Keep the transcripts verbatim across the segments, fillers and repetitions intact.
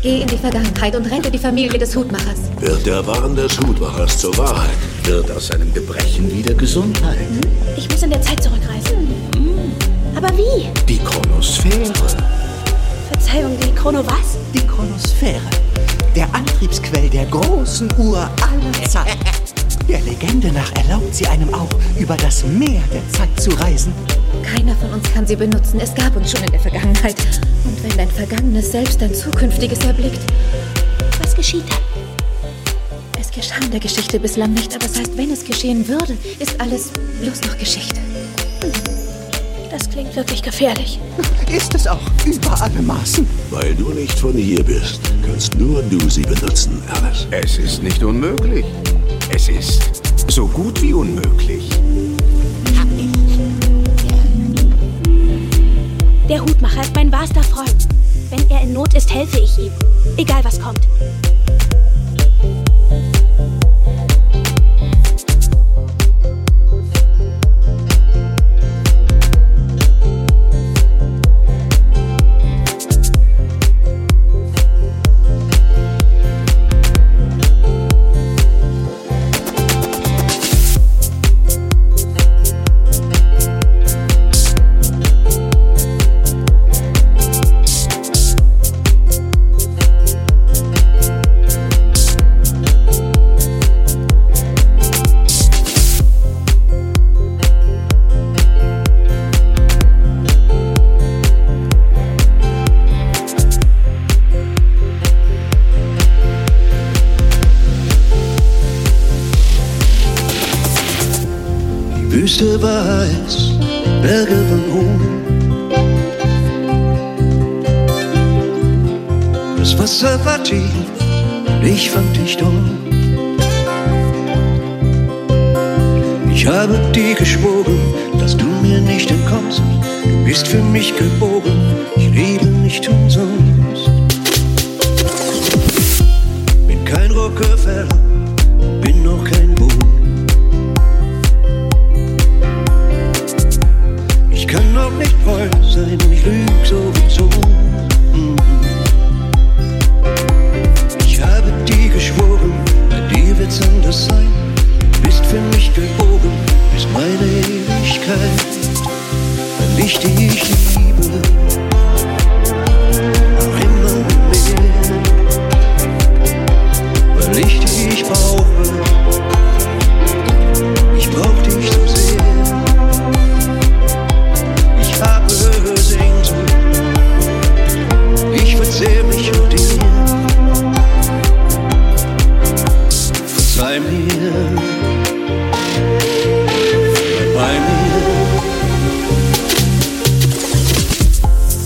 Geh in die Vergangenheit und rette die Familie des Hutmachers. Wird der Wahn des Hutmachers zur Wahrheit? Wird aus seinem Gebrechen wieder Gesundheit? Ich muss in der Zeit zurückreisen. Mhm. Aber wie? Die Chronosphäre. Verzeihung, die Chrono was? Die Chronosphäre. Der Antriebsquell der großen Uhr aller Zeit. Der Legende nach erlaubt sie einem auch, über das Meer der Zeit zu reisen. Keiner von uns kann sie benutzen. Es gab uns schon in der Vergangenheit. Und wenn dein Vergangenes selbst dein Zukünftiges erblickt... Was geschieht dann? Es geschah in der Geschichte bislang nicht, aber das heißt, wenn es geschehen würde, ist alles bloß noch Geschichte. Das klingt wirklich gefährlich. Ist es auch über alle Maßen. Weil du nicht von hier bist, kannst nur du sie benutzen, Alice. Es ist nicht unmöglich. Es ist so gut wie unmöglich. Der Hutmacher ist mein wahrster Freund. Wenn er in Not ist, helfe ich ihm. Egal was kommt. Wüste war heiß, Berge waren hoch. Das Wasser war tief, ich fand dich dort. Ich habe dir geschworen, dass du mir nicht entkommst. Du bist für mich geboren, ich lebe nicht umsonst. Bin kein Rockefeller, bin noch kein Boom. Ich kann auch nicht voll sein, ich lüg sowieso. Ich habe dir geschworen, bei dir wird's anders sein. Du bist für mich geboren, bis meine Ewigkeit. Weil ich dich liebe, noch immer mehr. Weil ich dich brauche, ich brauch dich so sehr. Ich habe Sehnsucht, ich verzehr mich auf dir. Verzeih mir, bleib bei mir.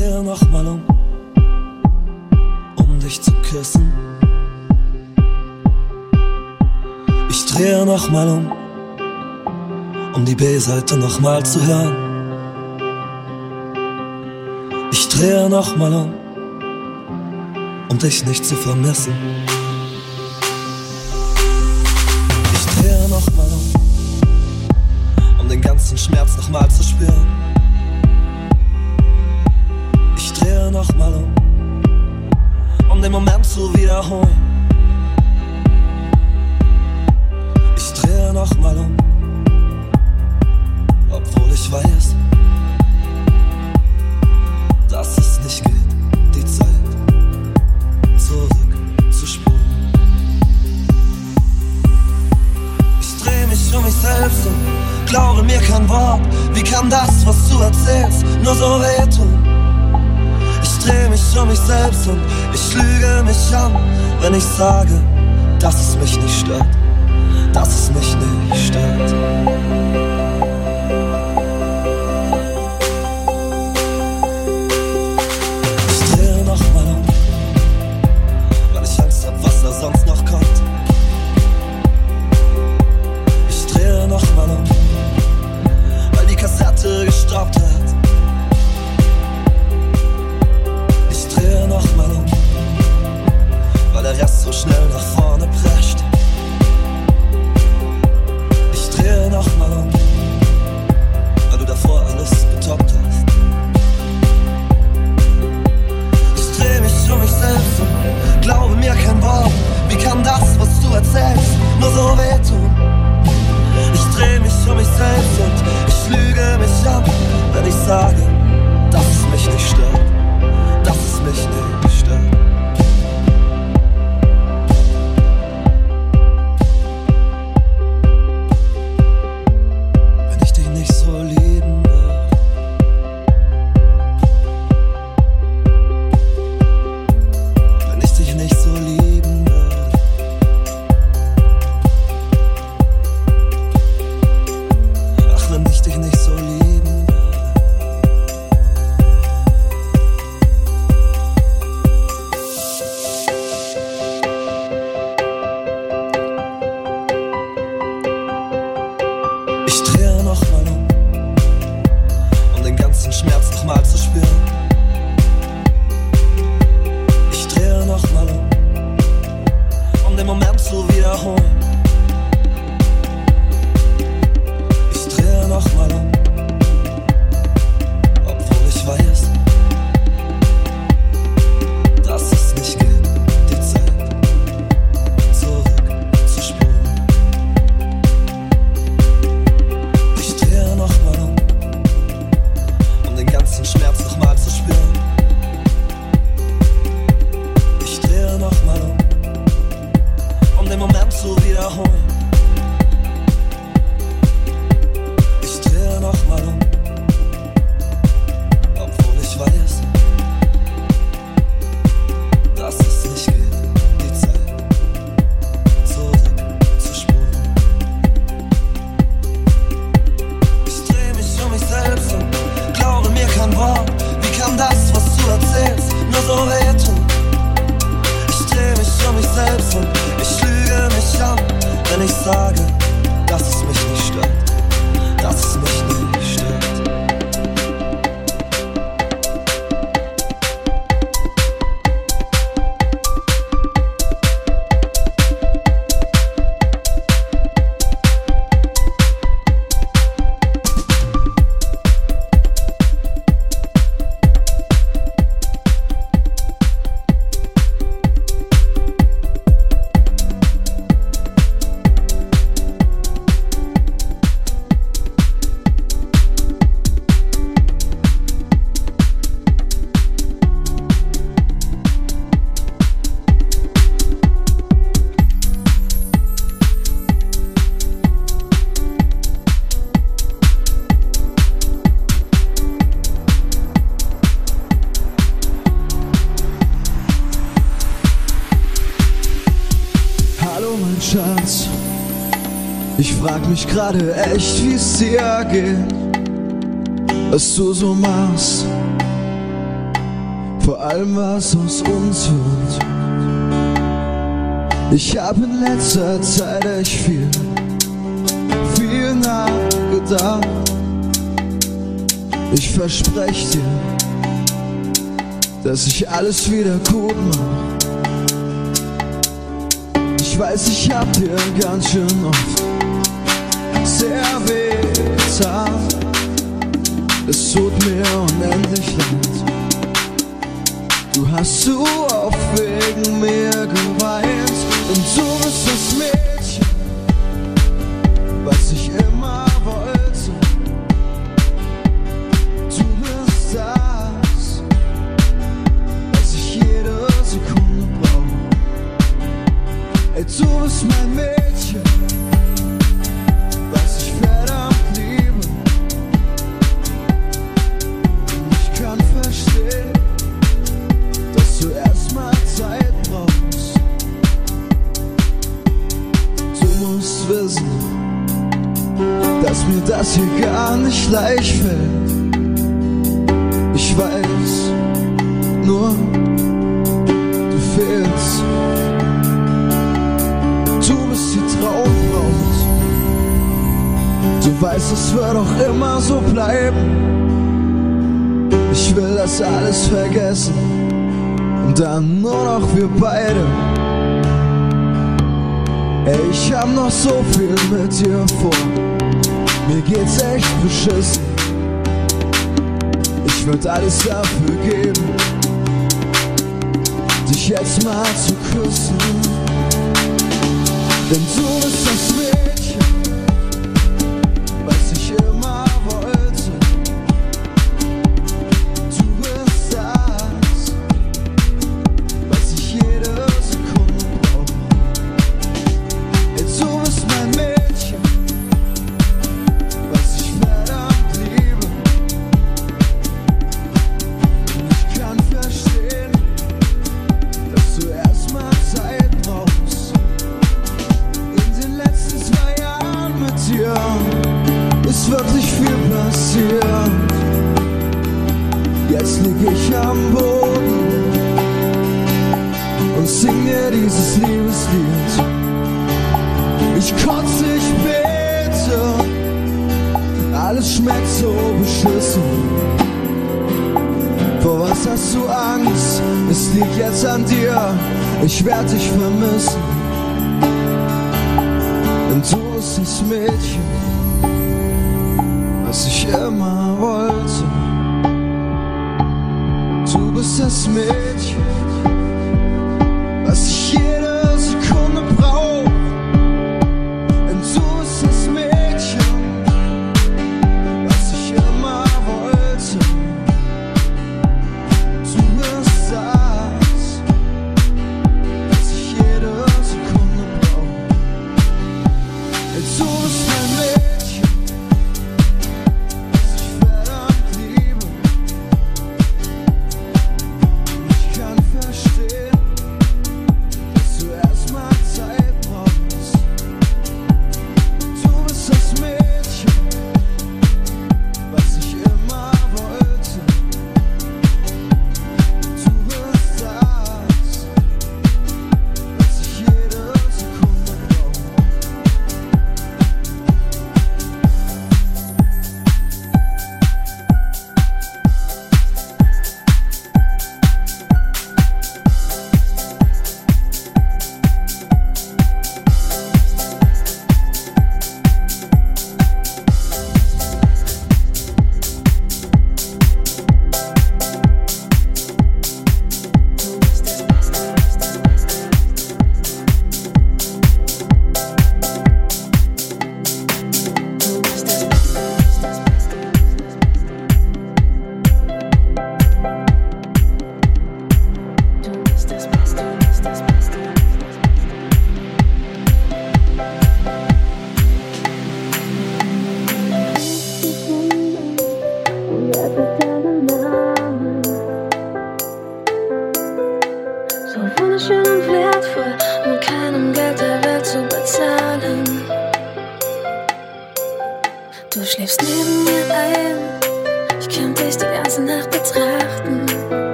drehe nochmal um, um dich zu küssen. Ich drehe nochmal um, um die B-Seite nochmal zu hören. Ich drehe nochmal um, um dich nicht zu vermissen. Ich drehe nochmal um, um den ganzen Schmerz nochmal zu spüren. Ich drehe nochmal um, um den Moment zu wiederholen. Ich drehe nochmal um, obwohl ich weiß, dass es nicht geht, die Zeit zurückzuspulen. Ich dreh mich um mich selbst und glaube mir kein Wort. Wie kann das, was du erzählst, nur so wehtun? Ich dreh mich um mich selbst und ich lüge mich an, wenn ich sage, dass es mich nicht stört, dass es mich nicht stört. Ich drehe nochmal um, weil ich Angst hab, was da sonst noch kommt. Ich drehe nochmal um, weil die Kassette gestoppt hat. Ich drehe nochmal um, weil der Rest so schnell nach vorne prescht. Ich drehe nochmal um, weil du davor alles getoppt hast. Ich dreh mich um mich selbst und glaube mir kein Wort. Wie kann das, was du erzählst, nur so wehtun? Ich dreh mich um mich selbst und ich lüge mich an, wenn ich sage, dass es mich nicht stört, dass es mich nicht stört. Wenn ich dich nicht so lieben würde, wenn ich dich nicht so lieben würde, ach, wenn ich dich nicht so lieben würde. Ich drehe nochmal um, um den ganzen Schmerz nochmal zu spüren. Ich drehe nochmal um, um den Moment zu wiederholen. Ich drehe nochmal um, obwohl ich weiß, dass es nicht geht, die Zeit zurückzuspulen. Ich drehe nochmal um, um den ganzen Schmerz nochmal zu spüren. Ich drehe nochmal um, um den Moment zu wiederholen. Ich drehe nochmal um, obwohl ich weiß, dass es nicht geht, die Zeit zurückzuspulen. Ich dreh mich um mich selbst und glaube mir kein Wort. Wie kann das, was du erzählst, nur so wehtun? Ich dreh mich um mich selbst und ich lüge mich an, wenn ich sage, dass es mich nicht stört, dass es mich nicht stört. Hallo mein Schatz, ich frag mich gerade echt, wie's dir geht, was du so machst. allem, was aus uns wird. Ich hab in letzter Zeit echt viel, viel nachgedacht. Ich versprech dir, dass ich alles wieder gut mach. Ich weiß, ich hab dir ganz schön oft sehr weh getan. Es tut mir unendlich leid. Du hast so oft wegen mir geweint. Und du bist das Mädchen, was ich immer wollte. Du bist das, was ich jede Sekunde brauche. Ey, du bist mein Mädchen, was ich verdammt liebe. Und ich kann verstehen, dass du erstmal Zeit brauchst. Du musst wissen, dass mir das hier gar nicht leicht fällt. Ich weiß, nur du fehlst. Du bist die Traumbraut. Du weißt, es wird auch immer so bleiben. Ich will das alles vergessen und dann nur noch wir beide. Ey, ich hab noch so viel mit dir vor. Mir geht's echt beschissen. Ich würd alles dafür geben, dich jetzt mal zu küssen. Denn du bist das Mädchen, was ich immer wollte. Du bist das, was ich jede Sekunde brauche. Ey, du bist mein Mädchen, was ich verdammt liebe. Und ich kann verstehen, dass du erstmal Zeit brauchst. In den letzten zwei Jahren mit dir ist wirklich viel passiert. Jetzt lieg ich am Boden und sing dir dieses Liebeslied. Ich kotze, ich bete, alles schmeckt so beschissen. Vor was hast du Angst? Es liegt jetzt an dir, ich werd dich vermissen. Denn du bist das Mädchen, was ich immer wollte. Du bist das Mädchen, was ich jede Sekunde brauche. Denn du bist das Mädchen, was ich immer wollte. Du bist das, was ich jede Sekunde brauche. Ey, du bist mein Mädchen, was ich verdammt liebe. Und ich kann verstehen, dass du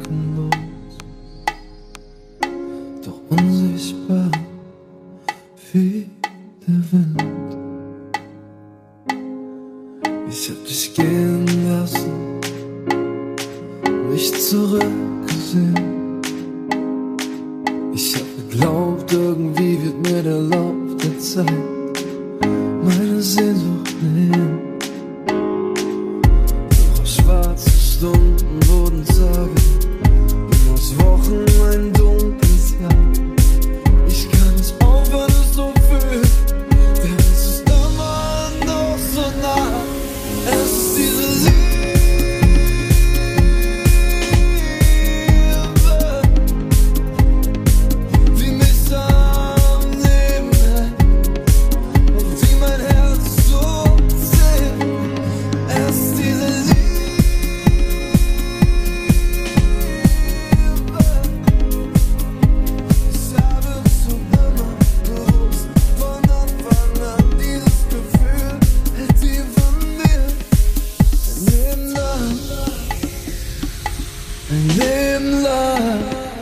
wolkenlos, doch unsichtbar wie der Wind. Ich hab dich gehen lassen, nicht zurückgesehen. Ich hab geglaubt, irgendwie wird mir der Lauf der Zeit meine Sehnsucht nehmen. Doch aus schwarzen Stunden wurden Tage, und aus Wochen ein dunkles Jahr. Ich kann es aufhören, es so fühlen, denn es ist immer noch so nah. Es ist diese Liebe, die mich am Leben hält und die mein Herz so zählt. Es ist diese Liebe, ich habe es schon immer gewusst, von Anfang an dieses Gefühl hält tief in mir. Ein Leben lang, ein Leben lang.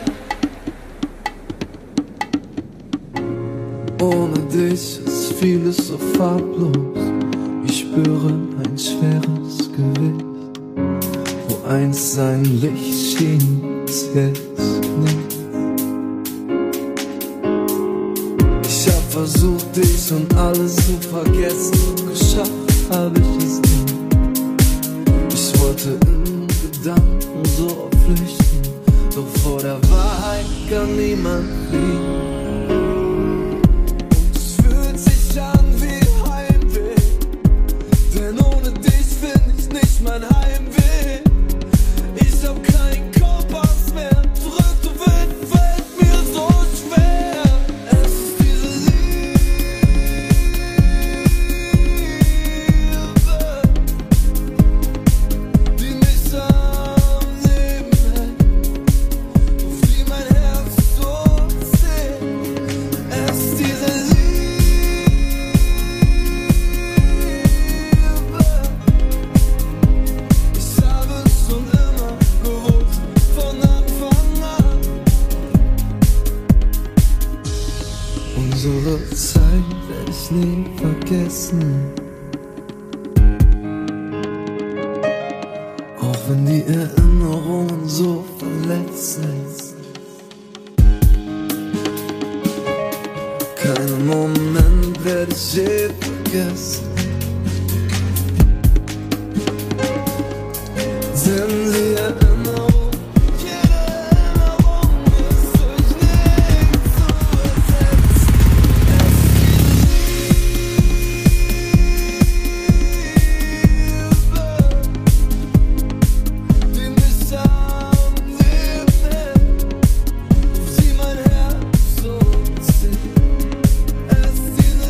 Ohne dich ist vieles so farblos. Ich spüre ein schweres Gewicht, wo einst sein Licht schien, ist jetzt nicht. Ich hab versucht, dich und alles zu vergessen, geschafft hab ich es nicht. Ich wollte in Gedanken so flüchten, doch vor der Wahrheit kann niemand fliehen. Und es fühlt sich an wie Heimweh, denn ohne dich find ich nicht mein Heimweg. Ich hab keinen Kompass mehr, zurück zu finden fällt mir so schwer. Es ist diese Liebe, die mich am Leben hält, auf die mein Herz so zählt. Es ist diese Liebe, ich habe es schon immer gewusst, von Anfang an. Unsere Zeit werde ich nie vergessen. Auch wenn die Erinnerungen so verletzend sind. Keinen Moment werde ich je vergessen. Denn die Erinnerung, jede Erinnerung ist durch nichts zu ersetzen. Es ist die Liebe, die mich am Leben hält, auf die mein Herz so zählt. Es ist diese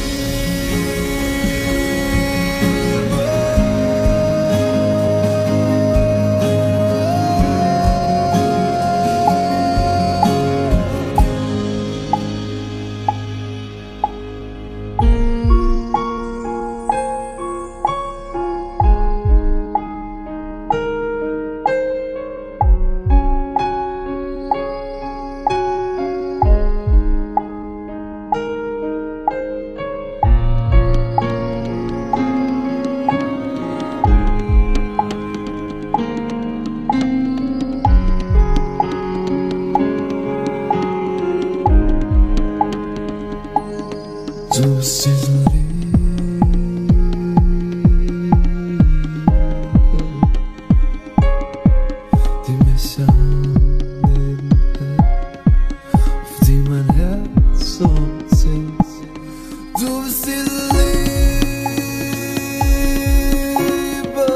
Du bist diese Liebe, die mich am Leben hält, auf die mein Herz so zählt. Du bist diese Liebe,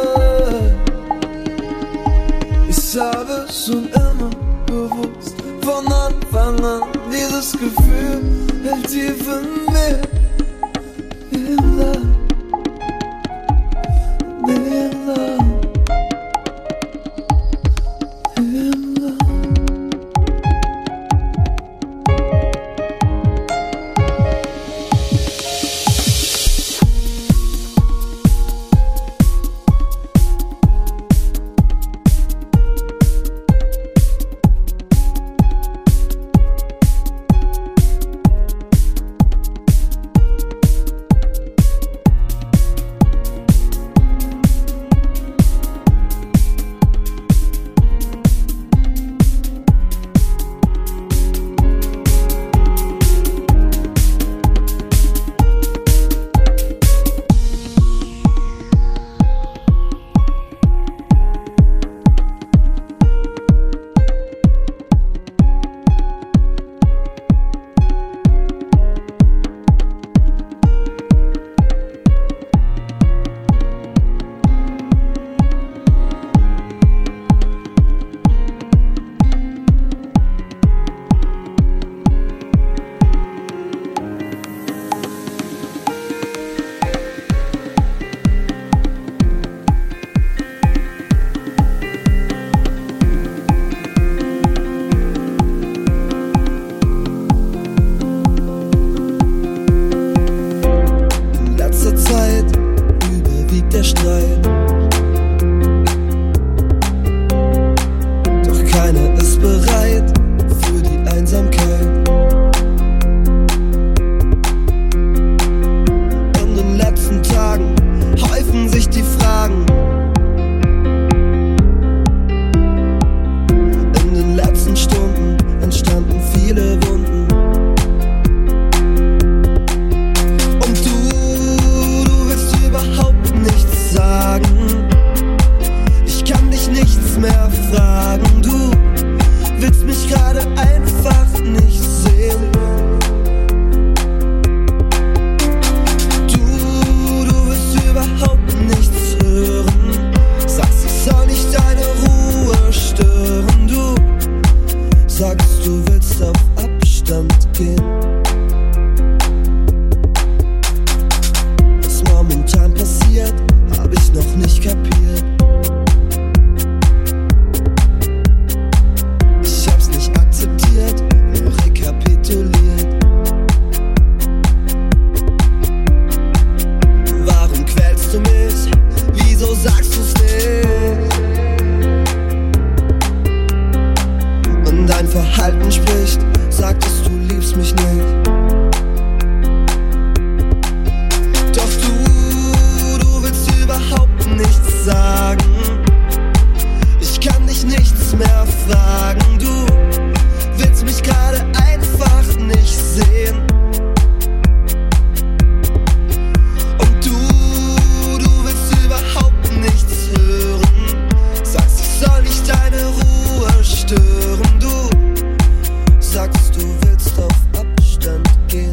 ich habe schon immer gewusst, von Anfang an, dieses Gefühl hält tief in mir. Liebe, Liebe, Liebe. bist bereit für die Einsamkeit. In den letzten Tagen häufen sich die Fragen. In den letzten Stunden entstanden viele Wunden. Und du, du willst überhaupt nichts sagen. Ich kann dich nichts mehr fragen. Du willst mich gerade einfach nicht sehen. Du, du willst überhaupt nichts hören. Sagst, ich soll nicht deine Ruhe stören. Du sagst, du willst auf Abstand gehen. Was momentan passiert, hab ich noch nicht kapiert. Ich hab's nicht akzeptiert, nur rekapituliert. Warum quälst du mich? Wieso sagst du's nicht? Und dein Verhalten spricht, sagtest du liebst mich nicht. Doch du, du willst überhaupt nichts sagen. Ich kann dich nichts mehr fragen. Du willst mich gerade einfach nicht sehen. Und du, du willst überhaupt nichts hören. Sagst, ich soll nicht deine Ruhe stören. Du sagst, du willst auf Abstand gehen.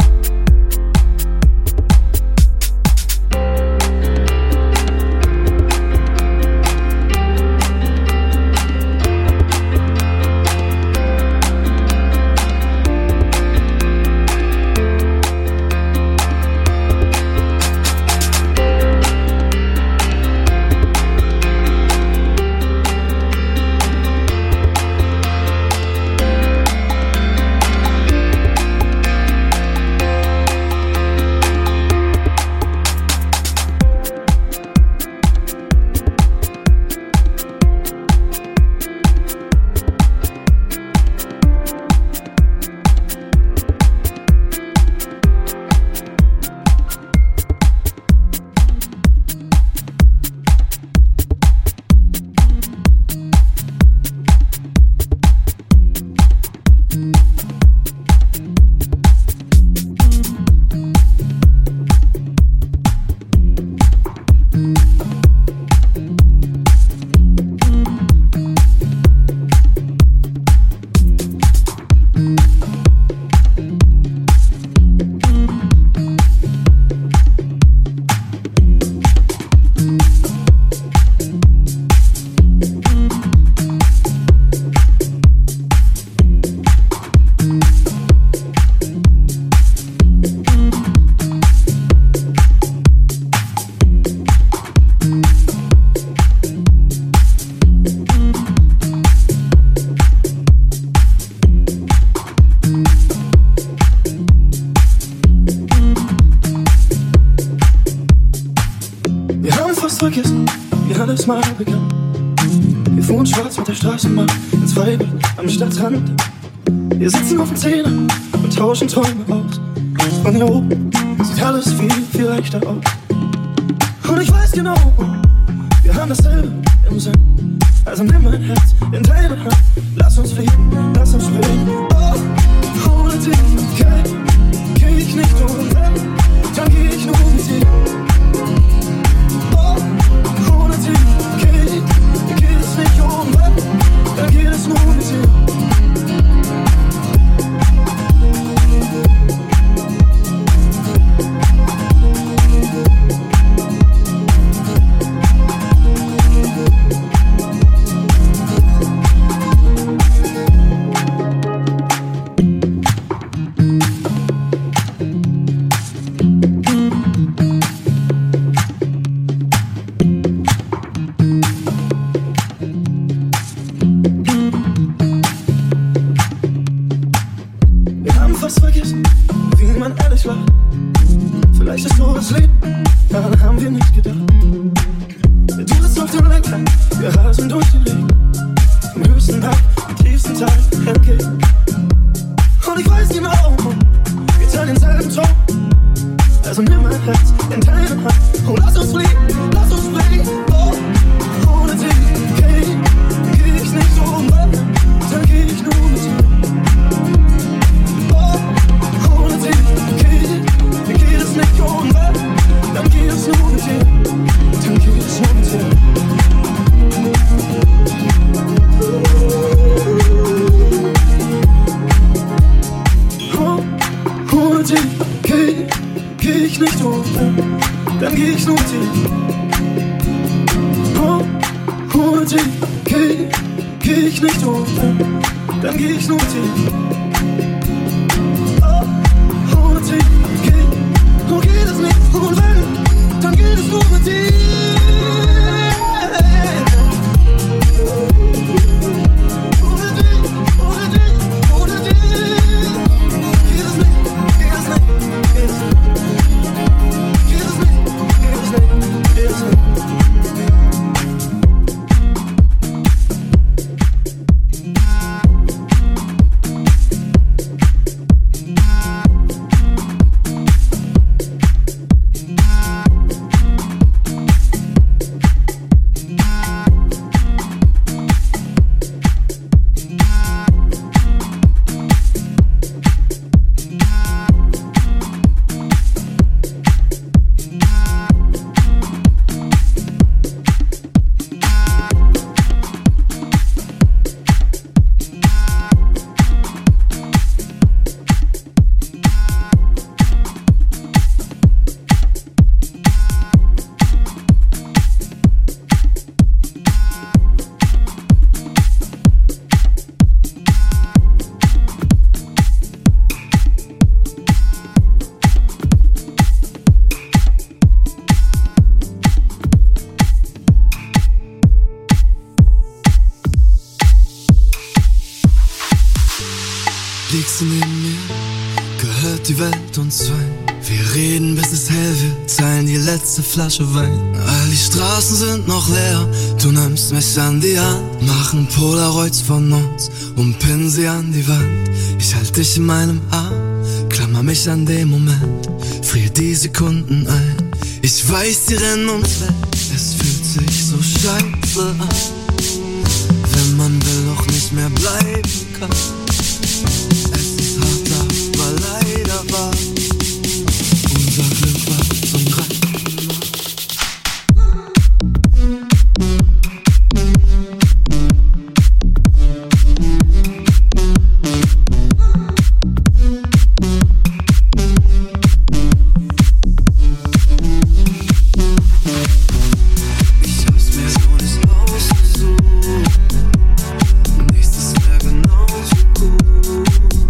Vergessen, wie alles mal begann. Wir fuhren schwarz mit der Straßenbahn ins Freibild am Stadtrand. Wir sitzen auf den Zähnen und tauschen Träume aus. Von hier oben sieht alles viel, viel leichter aus. Und ich weiß genau, wir haben dasselbe im Sinn. Also nimm mein Herz in deine Hand, lass uns fliegen, lass uns springen. Oh, ohne dich geh ich nicht um, dann geh ich nur mit dir. Nicht um, dann geht es nur mit dir. fast vergessen, wie man ehrlich war. Vielleicht ist nur das Leben, daran haben wir nicht gedacht. Du sitzt auf dem Lenkrad, wir rasen durch den Regen. Vom höchsten Berg, die Also nimm mein Herz in deine Hand und lass uns fliegen, lass uns fliegen. Oh, ohne dich geh, geh ich nicht so weit, dann geh ich nur mit dir. Oh, ohne dich geh, geht es nicht ohne weit, dann geht es nur mit dir, dann geht es nur mit dir. Oh, ohne dich geh, geh ich nicht ohne, dann geh ich nur mit dir. Oh, ohne dich geh, geh ich nicht ohne, dann geh ich nur mit dir. Oh, ohne dich geh, oh geht es nicht ohne, dann geht es nur mit dir. Liegst du neben mir, gehört die Welt uns zwei. Wir reden bis es hell wird, teilen die letzte Flasche Wein. All die Straßen sind noch leer, du nimmst mich an die Hand. Machen Polaroids von uns und pinnen sie an die Wand. Ich halt dich in meinem Arm, klammer mich an den Moment, frier die Sekunden ein. Ich weiß, sie rennen uns weg, es fühlt sich so scheiße an, wenn man will doch nicht mehr bleiben kann. Leider war unser Glück war zum Greifen Ich hab's mir so nicht ausgesucht, nichts ist mehr genauso gut.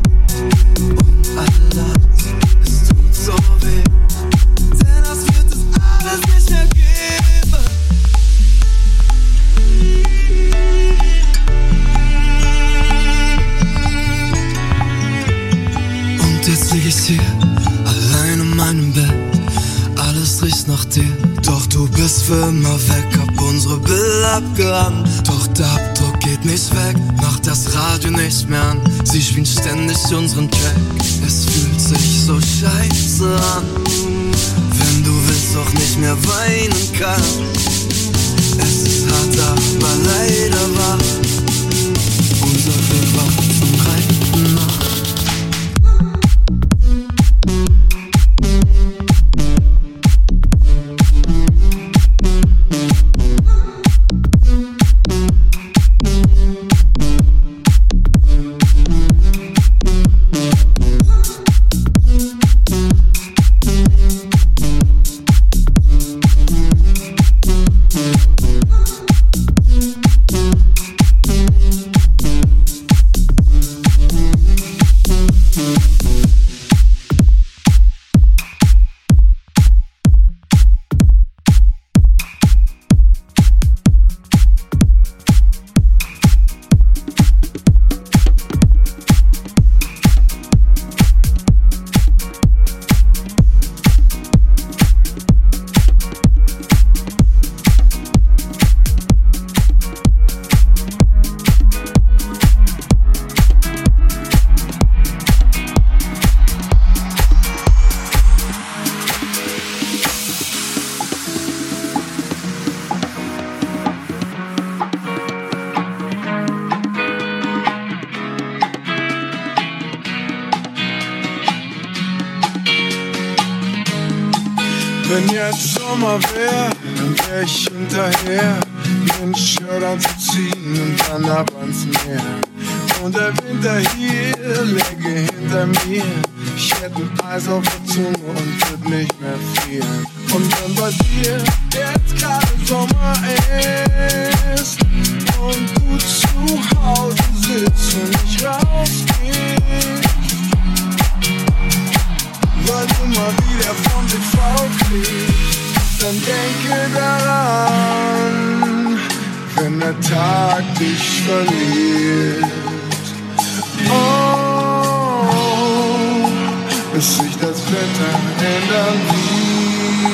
Jetzt lieg ich hier, allein in meinem Bett. Alles riecht nach dir, doch du bist für immer weg. Hab unsere Bilder abgehangen, doch der Abdruck geht nicht weg. Mach das Radio nicht mehr an, sie spielen ständig unseren Track. Es fühlt sich so scheiße an, wenn du willst doch nicht mehr weinen kann. Es ist hart, aber leider wahr, unser Glück war zum Reiten nach. Wenn jetzt Sommer wär, dann wär ich hinterher, mir ein Shirt anzuziehen und dann ab ans Meer. Und der Winter hier läge hinter mir. Ich hätte ein Eis auf der Zunge und würd nicht mehr frieren. Und wenn bei dir jetzt gerade Sommer ist und du zu Hause sitzt und nicht rausgehst, weil du mal wieder vom T V kriegst, dann denke daran, wenn der Tag dich verliert. Oh, bis sich das Wetter ändern wird.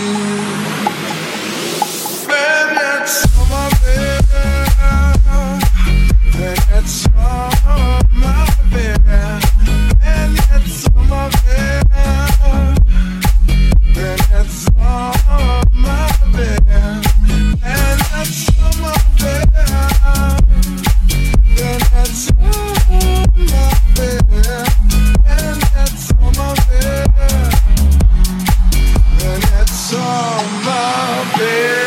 Wenn jetzt Sommer wär, wenn jetzt Sommer wär, wenn jetzt Sommer wär, wenn jetzt Sommer wär, wenn jetzt Sommer wär, wenn jetzt Sommer wär, wenn jetzt Sommer wär, wenn jetzt Sommer wär.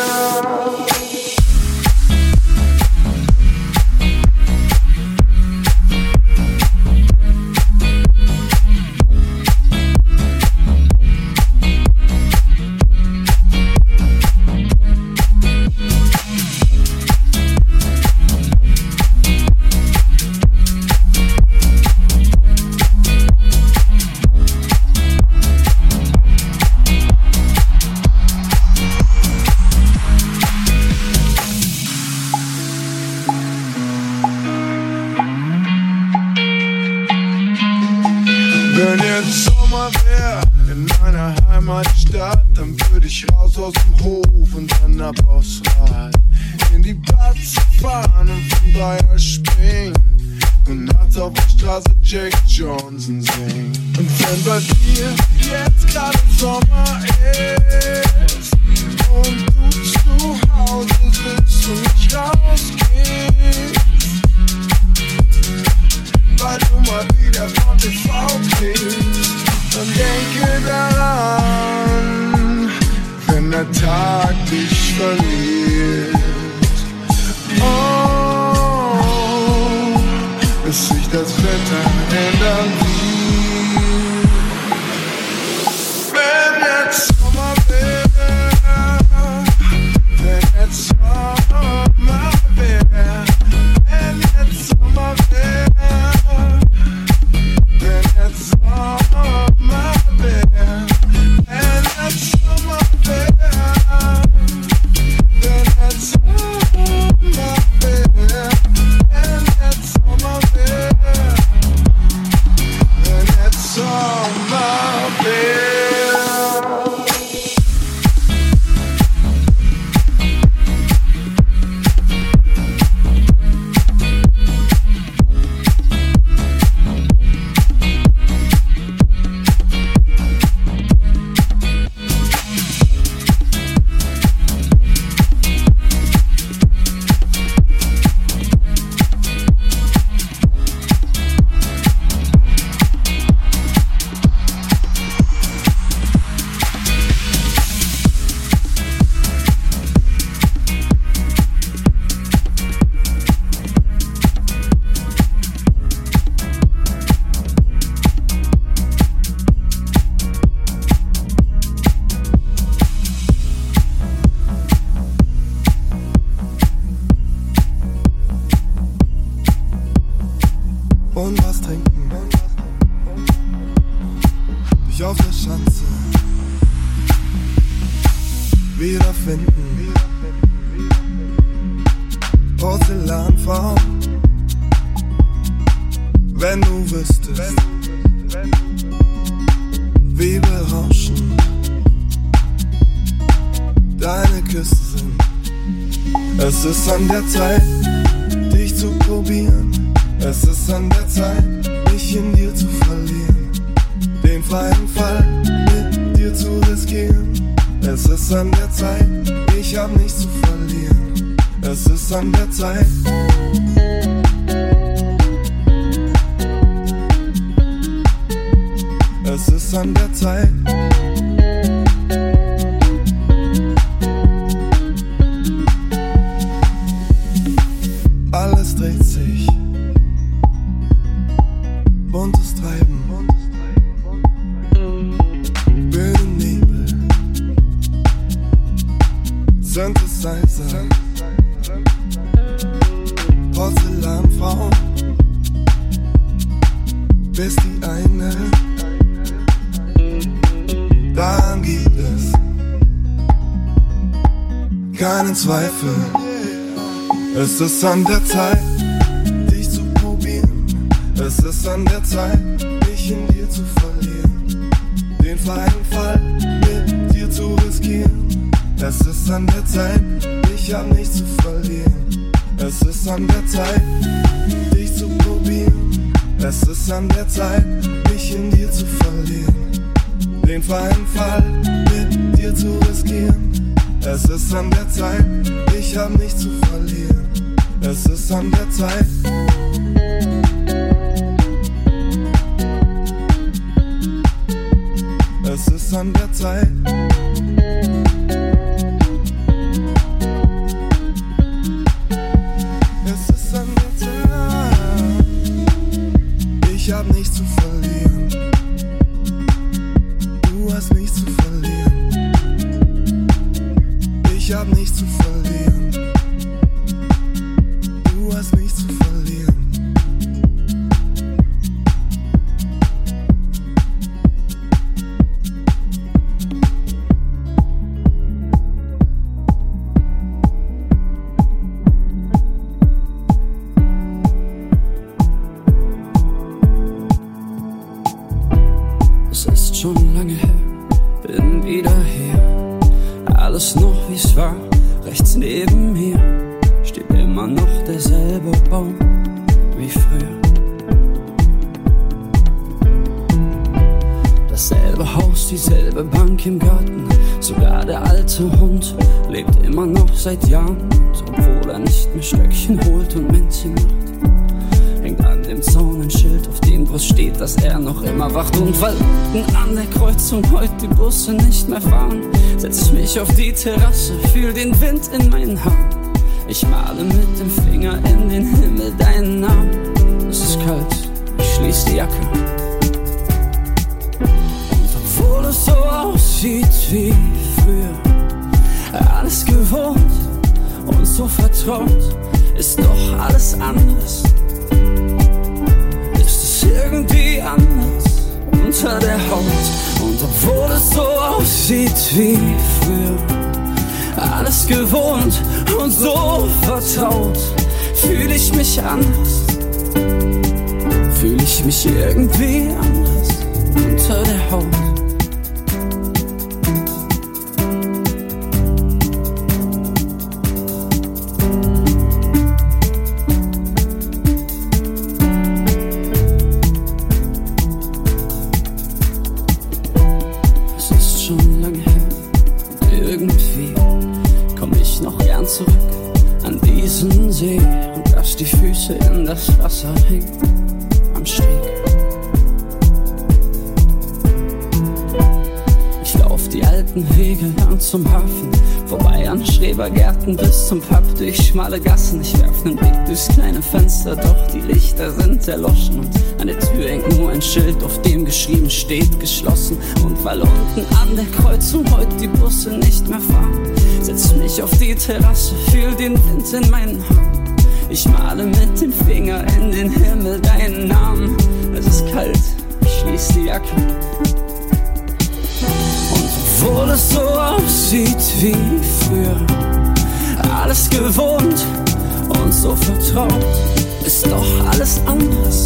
Wenn jetzt Sommer wär in meiner Heimatstadt, dann würd ich raus aus dem Hof und dann ab aufs Rad. In die Platze fahren und von Bayer springen und nachts auf der Straße Jack Johnson singen. Und wenn bei dir jetzt gerade Sommer ist und du zu Hause sitzt und nicht rausgehst, weil du mal wieder von T V kriegst, dann denke daran, wenn der Tag dich verliert. Oh, bis sich das Wetter ändern wird. Wenn jetzt Sommer wär, wenn jetzt Sommer wär, wenn jetzt Sommer wär, wenn jetzt Sommer wär, wenn jetzt Sommer wär, wenn jetzt Sommer wär, wenn jetzt Sommer wär, wenn jetzt Sommer wär. Und was trinken, dich auf der Schanze wiederfinden, Porzellanfrau, wenn du wüsstest, wie berauschend deine Küsse sind. Es ist an der Zeit, dich zu probieren. Es ist an der Zeit, mich in dir zu verlieren, den freien Fall mit dir zu riskieren. Es ist an der Zeit, ich hab nichts zu verlieren. Es ist an der Zeit. Es ist an der Zeit. buntes Treiben, wilde Nebel, Synthesizer, Porzellanfrau, bis die eine, daran gibt es keinen Zweifel. Es ist an der Zeit, dich zu probieren. Es ist an der Zeit, mich in dir zu verlieren. Den feinen Fall mit dir zu riskieren. Es ist an der Zeit, ich hab nichts zu verlieren. Es ist an der Zeit, dich zu probieren. Es ist an der Zeit, mich in dir zu verlieren. Den feinen Fall mit dir zu riskieren. Es ist an der Zeit, ich hab nichts zu verlieren. Es ist an der Zeit. Es ist an der Zeit. Es ist an der Zeit. Ich hab nichts zu verlieren. Du hast nichts zu verlieren. Ich hab nichts zu verlieren. Du hast nichts zu verlieren. Es ist schon lange her, bin wieder hier. Alles noch wie's war, rechts neben mir steht immer noch derselbe Baum wie früher. Dasselbe Haus, dieselbe Bank im Garten. Sogar der alte Hund lebt immer noch seit Jahren. Und obwohl er nicht mehr Stöckchen holt und Männchen macht, hängt an dem Zaun ein Schild, auf dem Brust steht, dass er noch immer wacht. Und weil unten an der Kreuzung heute die Busse nicht mehr fahren, setz ich mich auf die Terrasse, fühl den Wind in meinen Haaren. Ich male mit dem Finger in den Himmel deinen Namen. Es ist kalt, ich schließ die Jacke. Und obwohl es so aussieht wie früher, alles gewohnt und so vertraut, ist doch alles anders. Ist es irgendwie anders unter der Haut? Und obwohl es so aussieht wie früher, alles gewohnt und so vertraut, fühl ich mich anders. Fühl ich mich irgendwie anders unter der Haut. Es ist schon lange her und irgendwie komm ich noch gern zurück an diesen See und lass die Füße in das Wasser hängen am Steg. Ich lauf die alten Wege lang zum Hafen, vorbei an Schrebergärten bis zum Pub, durch schmale Gassen. Ich werf nen Blick durchs kleine Fenster, doch die Lichter sind erloschen und an der Tür hängt nur ein Schild, auf dem geschrieben steht geschlossen. Und weil unten an der Kreuzung heute die Busse nicht mehr fahren, setz mich auf die Terrasse, fühl den Wind in meinen Haaren. Ich male mit dem Finger in den Himmel deinen Namen. Es ist kalt, ich schließ die Jacke. Und obwohl es so aussieht wie früher, alles gewohnt und so vertraut, ist doch alles anders.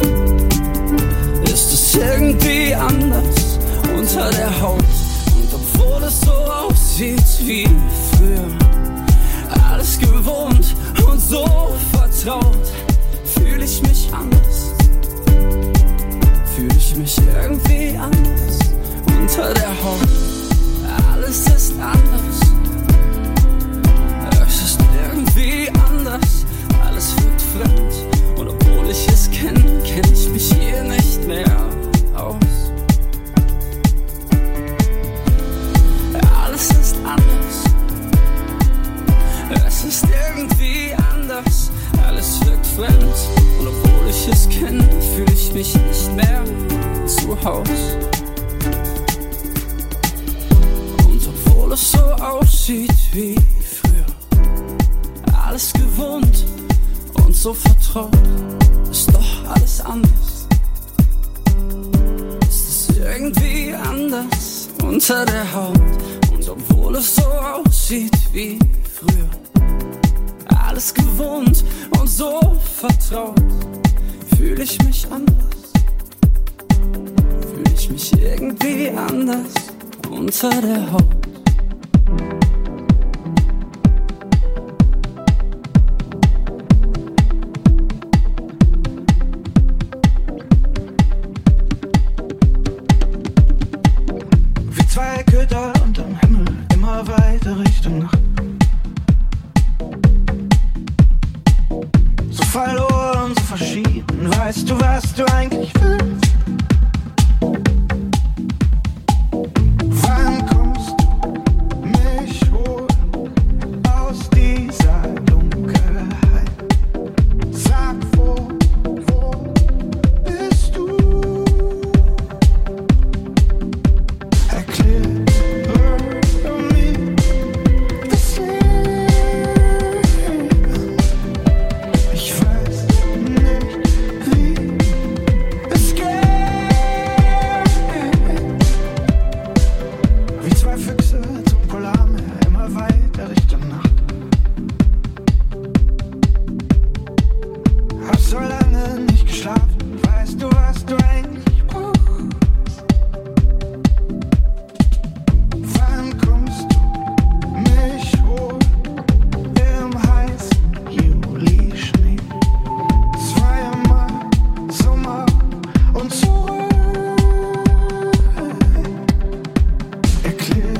Ist es irgendwie anders unter der Haut? Und obwohl es so aussieht wie früher, alles gewohnt und so vertraut, fühl ich mich anders. Fühl ich mich irgendwie anders unter der Haut. Alles ist anders. Es ist irgendwie anders. Alles wirkt fremd. Und obwohl ich es kenne, kenn ich mich hier nicht mehr aus. Alles ist anders. Es ist irgendwie anders. Alles wirkt fremd. ich es kenne, fühle ich mich nicht mehr zu Haus. Und obwohl es so aussieht wie früher, alles gewohnt und so vertraut, ist doch alles anders. Ist es irgendwie anders unter der Haut. Und obwohl es so aussieht wie früher, alles gewohnt und so vertraut, fühle ich mich anders. Fühle ich mich irgendwie anders unter der Haut. Wie zwei Köder unterm Himmel, immer weiter Richtung Nacht. So verloren, so verschieden, weißt du, was du eigentlich willst? Wann kommst du mich holen aus dieser Dunkelheit? Sag, wo, wo bist du? Erkläre mir das Leben. Ich weiß nicht, wie es geht. Wie zwei Füchse zum Polarmeer, immer weiter Richtung Nacht. Hab so lange nicht geschlafen, weißt du, was du eigentlich brauchst? Wann kommst du mich holen im heißen Juli-Schnee? Zweimal Sommer und zurück. Erkläre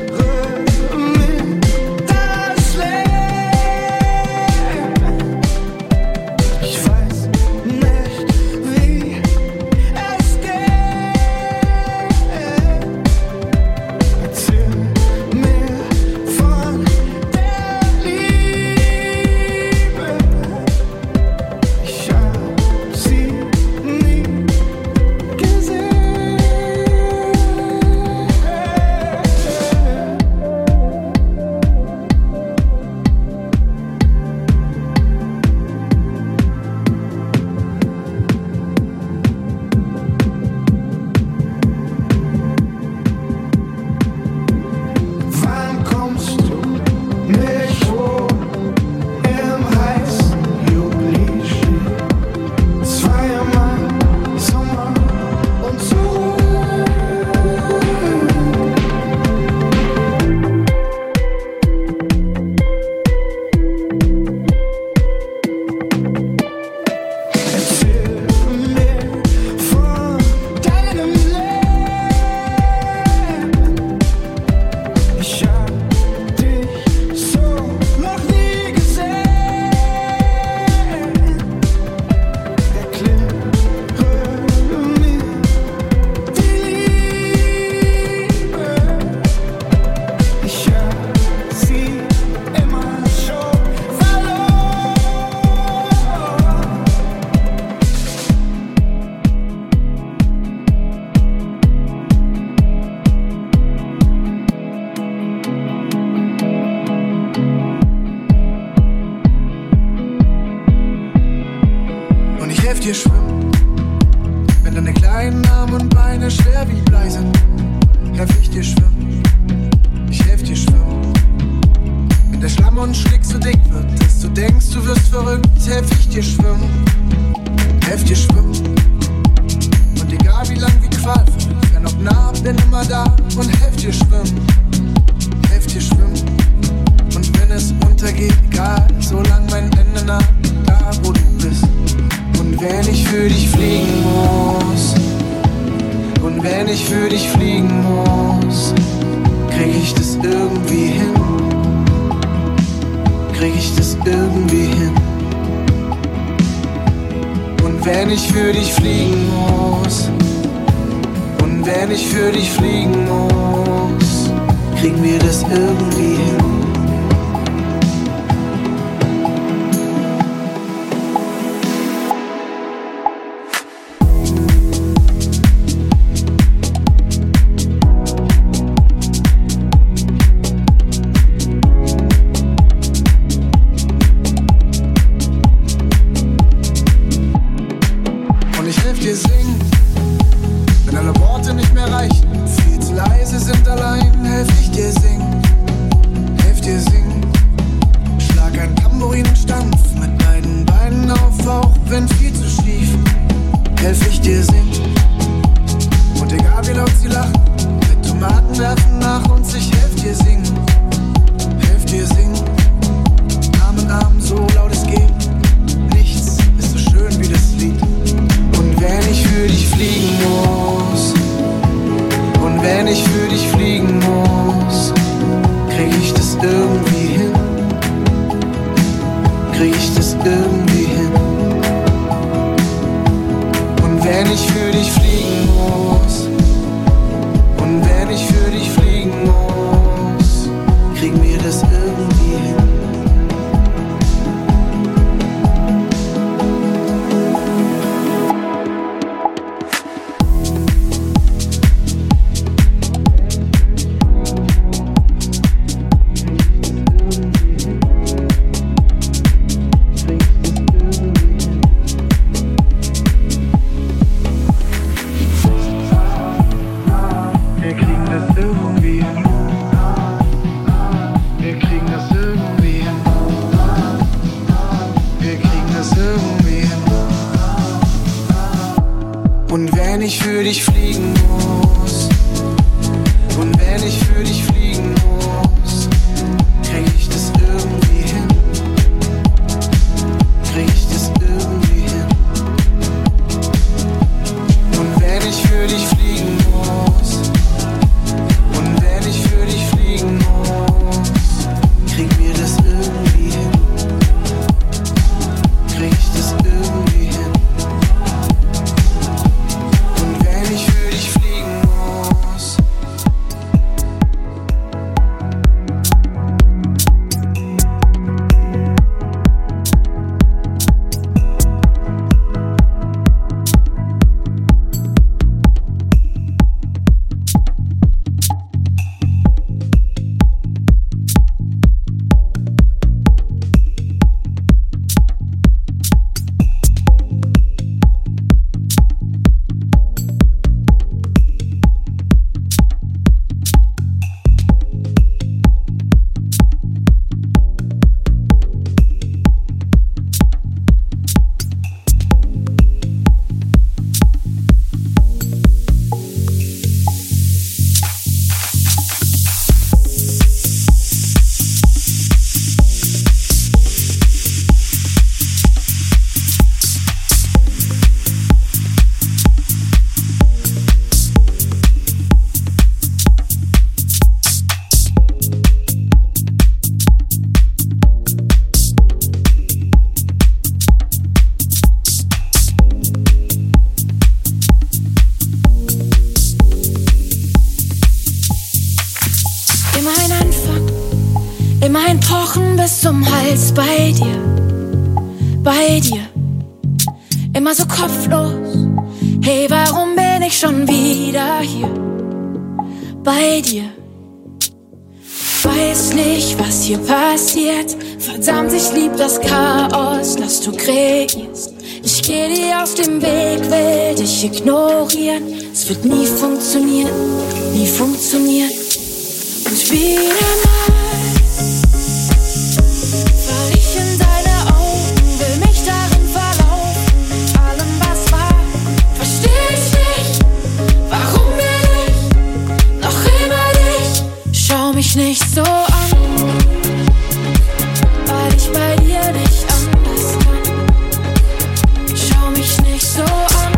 mir das Leben. Ich weiß nicht, wie es geht. Erzähl mir von der Liebe. Ich hab sie nie gesehen. Wann kommst du mich holen im heißen Juli-Schnee? Zweimal Sommer und zurück. Erzähl mir von deinem Leben. Ich hab dich so noch nie gesehen. Erkläre mir die Liebe. Ich hab sie immer schon verloren. Und ich helf dir schwimmen, wenn deine kleinen Arme und Beine schwer wie Blei sind. Helf ich dir schwimmen, ich helf dir schwimmen. Wenn der Schlamm und Schlick so dick wird, dass du denkst, du wirst verrückt, helf ich dir schwimmen, helf dir schwimmen. Und egal wie lang, wie qualvoll, fern ob nah, bin immer da und helf dir schwimmen, helf dir schwimmen. Und wenn es untergeht, egal, solange mein Ende naht, da wo du bist. Und wenn ich für dich fliegen muss, und wenn ich für dich fliegen muss, krieg ich das irgendwie hin, krieg ich das irgendwie hin. Und wenn ich für dich fliegen muss, und wenn ich für dich fliegen muss, kriegen wir das irgendwie hin. dir singen, wenn alle Worte nicht mehr reichen, viel zu leise sind allein, helf ich dir singen, helf dir singen. Schlag ein Tambourin und stampf mit beiden Beinen auf, auch wenn viel zu schief, helf ich dir singen. Und egal wie laut sie lachen, mit Tomaten werfen nach uns, ich helf dir singen, helf dir singen. Arm in Arm, so laut es geht, nichts ist so schön wie das Lied. Und wenn ich für dich fliegen muss, und wenn ich für dich fliegen muss, krieg ich das irgendwie hin, krieg ich das irgendwie hin. Und wenn ich für dich fliegen muss, und wenn ich für dich fliegen muss, kriegen wir das irgendwie hin. Für dich fliegen muss, und wenn ich für dich fliegen muss, krieg ich das irgendwie hin, krieg ich das irgendwie hin. Und wenn ich für dich fliegen muss, und wenn ich für dich fliegen muss, krieg mir das irgendwie hin, krieg ich das irgendwie hin. Bei dir, bei dir, immer so kopflos. Hey, warum bin ich schon wieder hier? Bei dir, weiß nicht, was hier passiert. Verdammt, ich lieb das Chaos, das du kreierst. Ich geh dir auf den Weg, will dich ignorieren. Es wird nie funktionieren, nie funktionieren. Und wieder mal nicht so an, weil ich bei dir nicht anders kann. Schau mich nicht so an,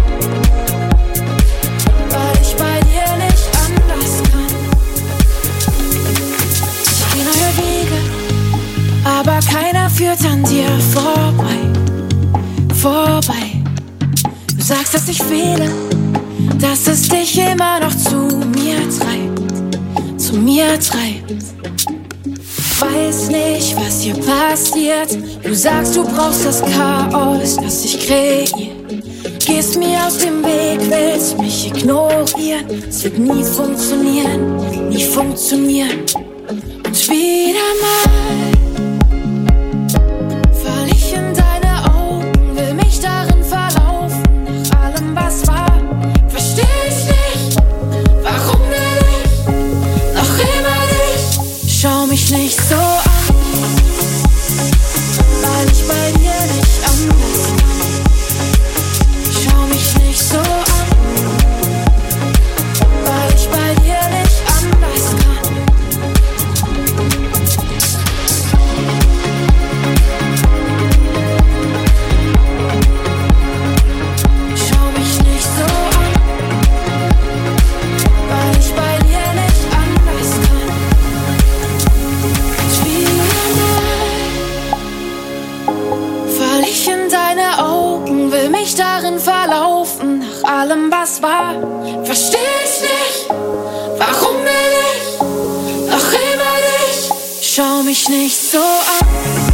weil ich bei dir nicht anders kann. Ich geh neue Wege, aber keiner führt an dir vorbei, vorbei. Du sagst, dass ich fehle, dass es dich immer noch zu mir treibt, zu mir treibt. Weiß nicht, was hier passiert. Du sagst, du brauchst das Chaos, das ich kreiere. Gehst mir aus dem Weg, willst mich ignorieren. Es wird nie funktionieren, nie funktionieren. Und wieder mal fall ich in deine Augen, will mich darin verlaufen. Nach allem, was nach allem, was war, versteh ich nicht, warum will ich noch immer dich? Schau mich nicht so an.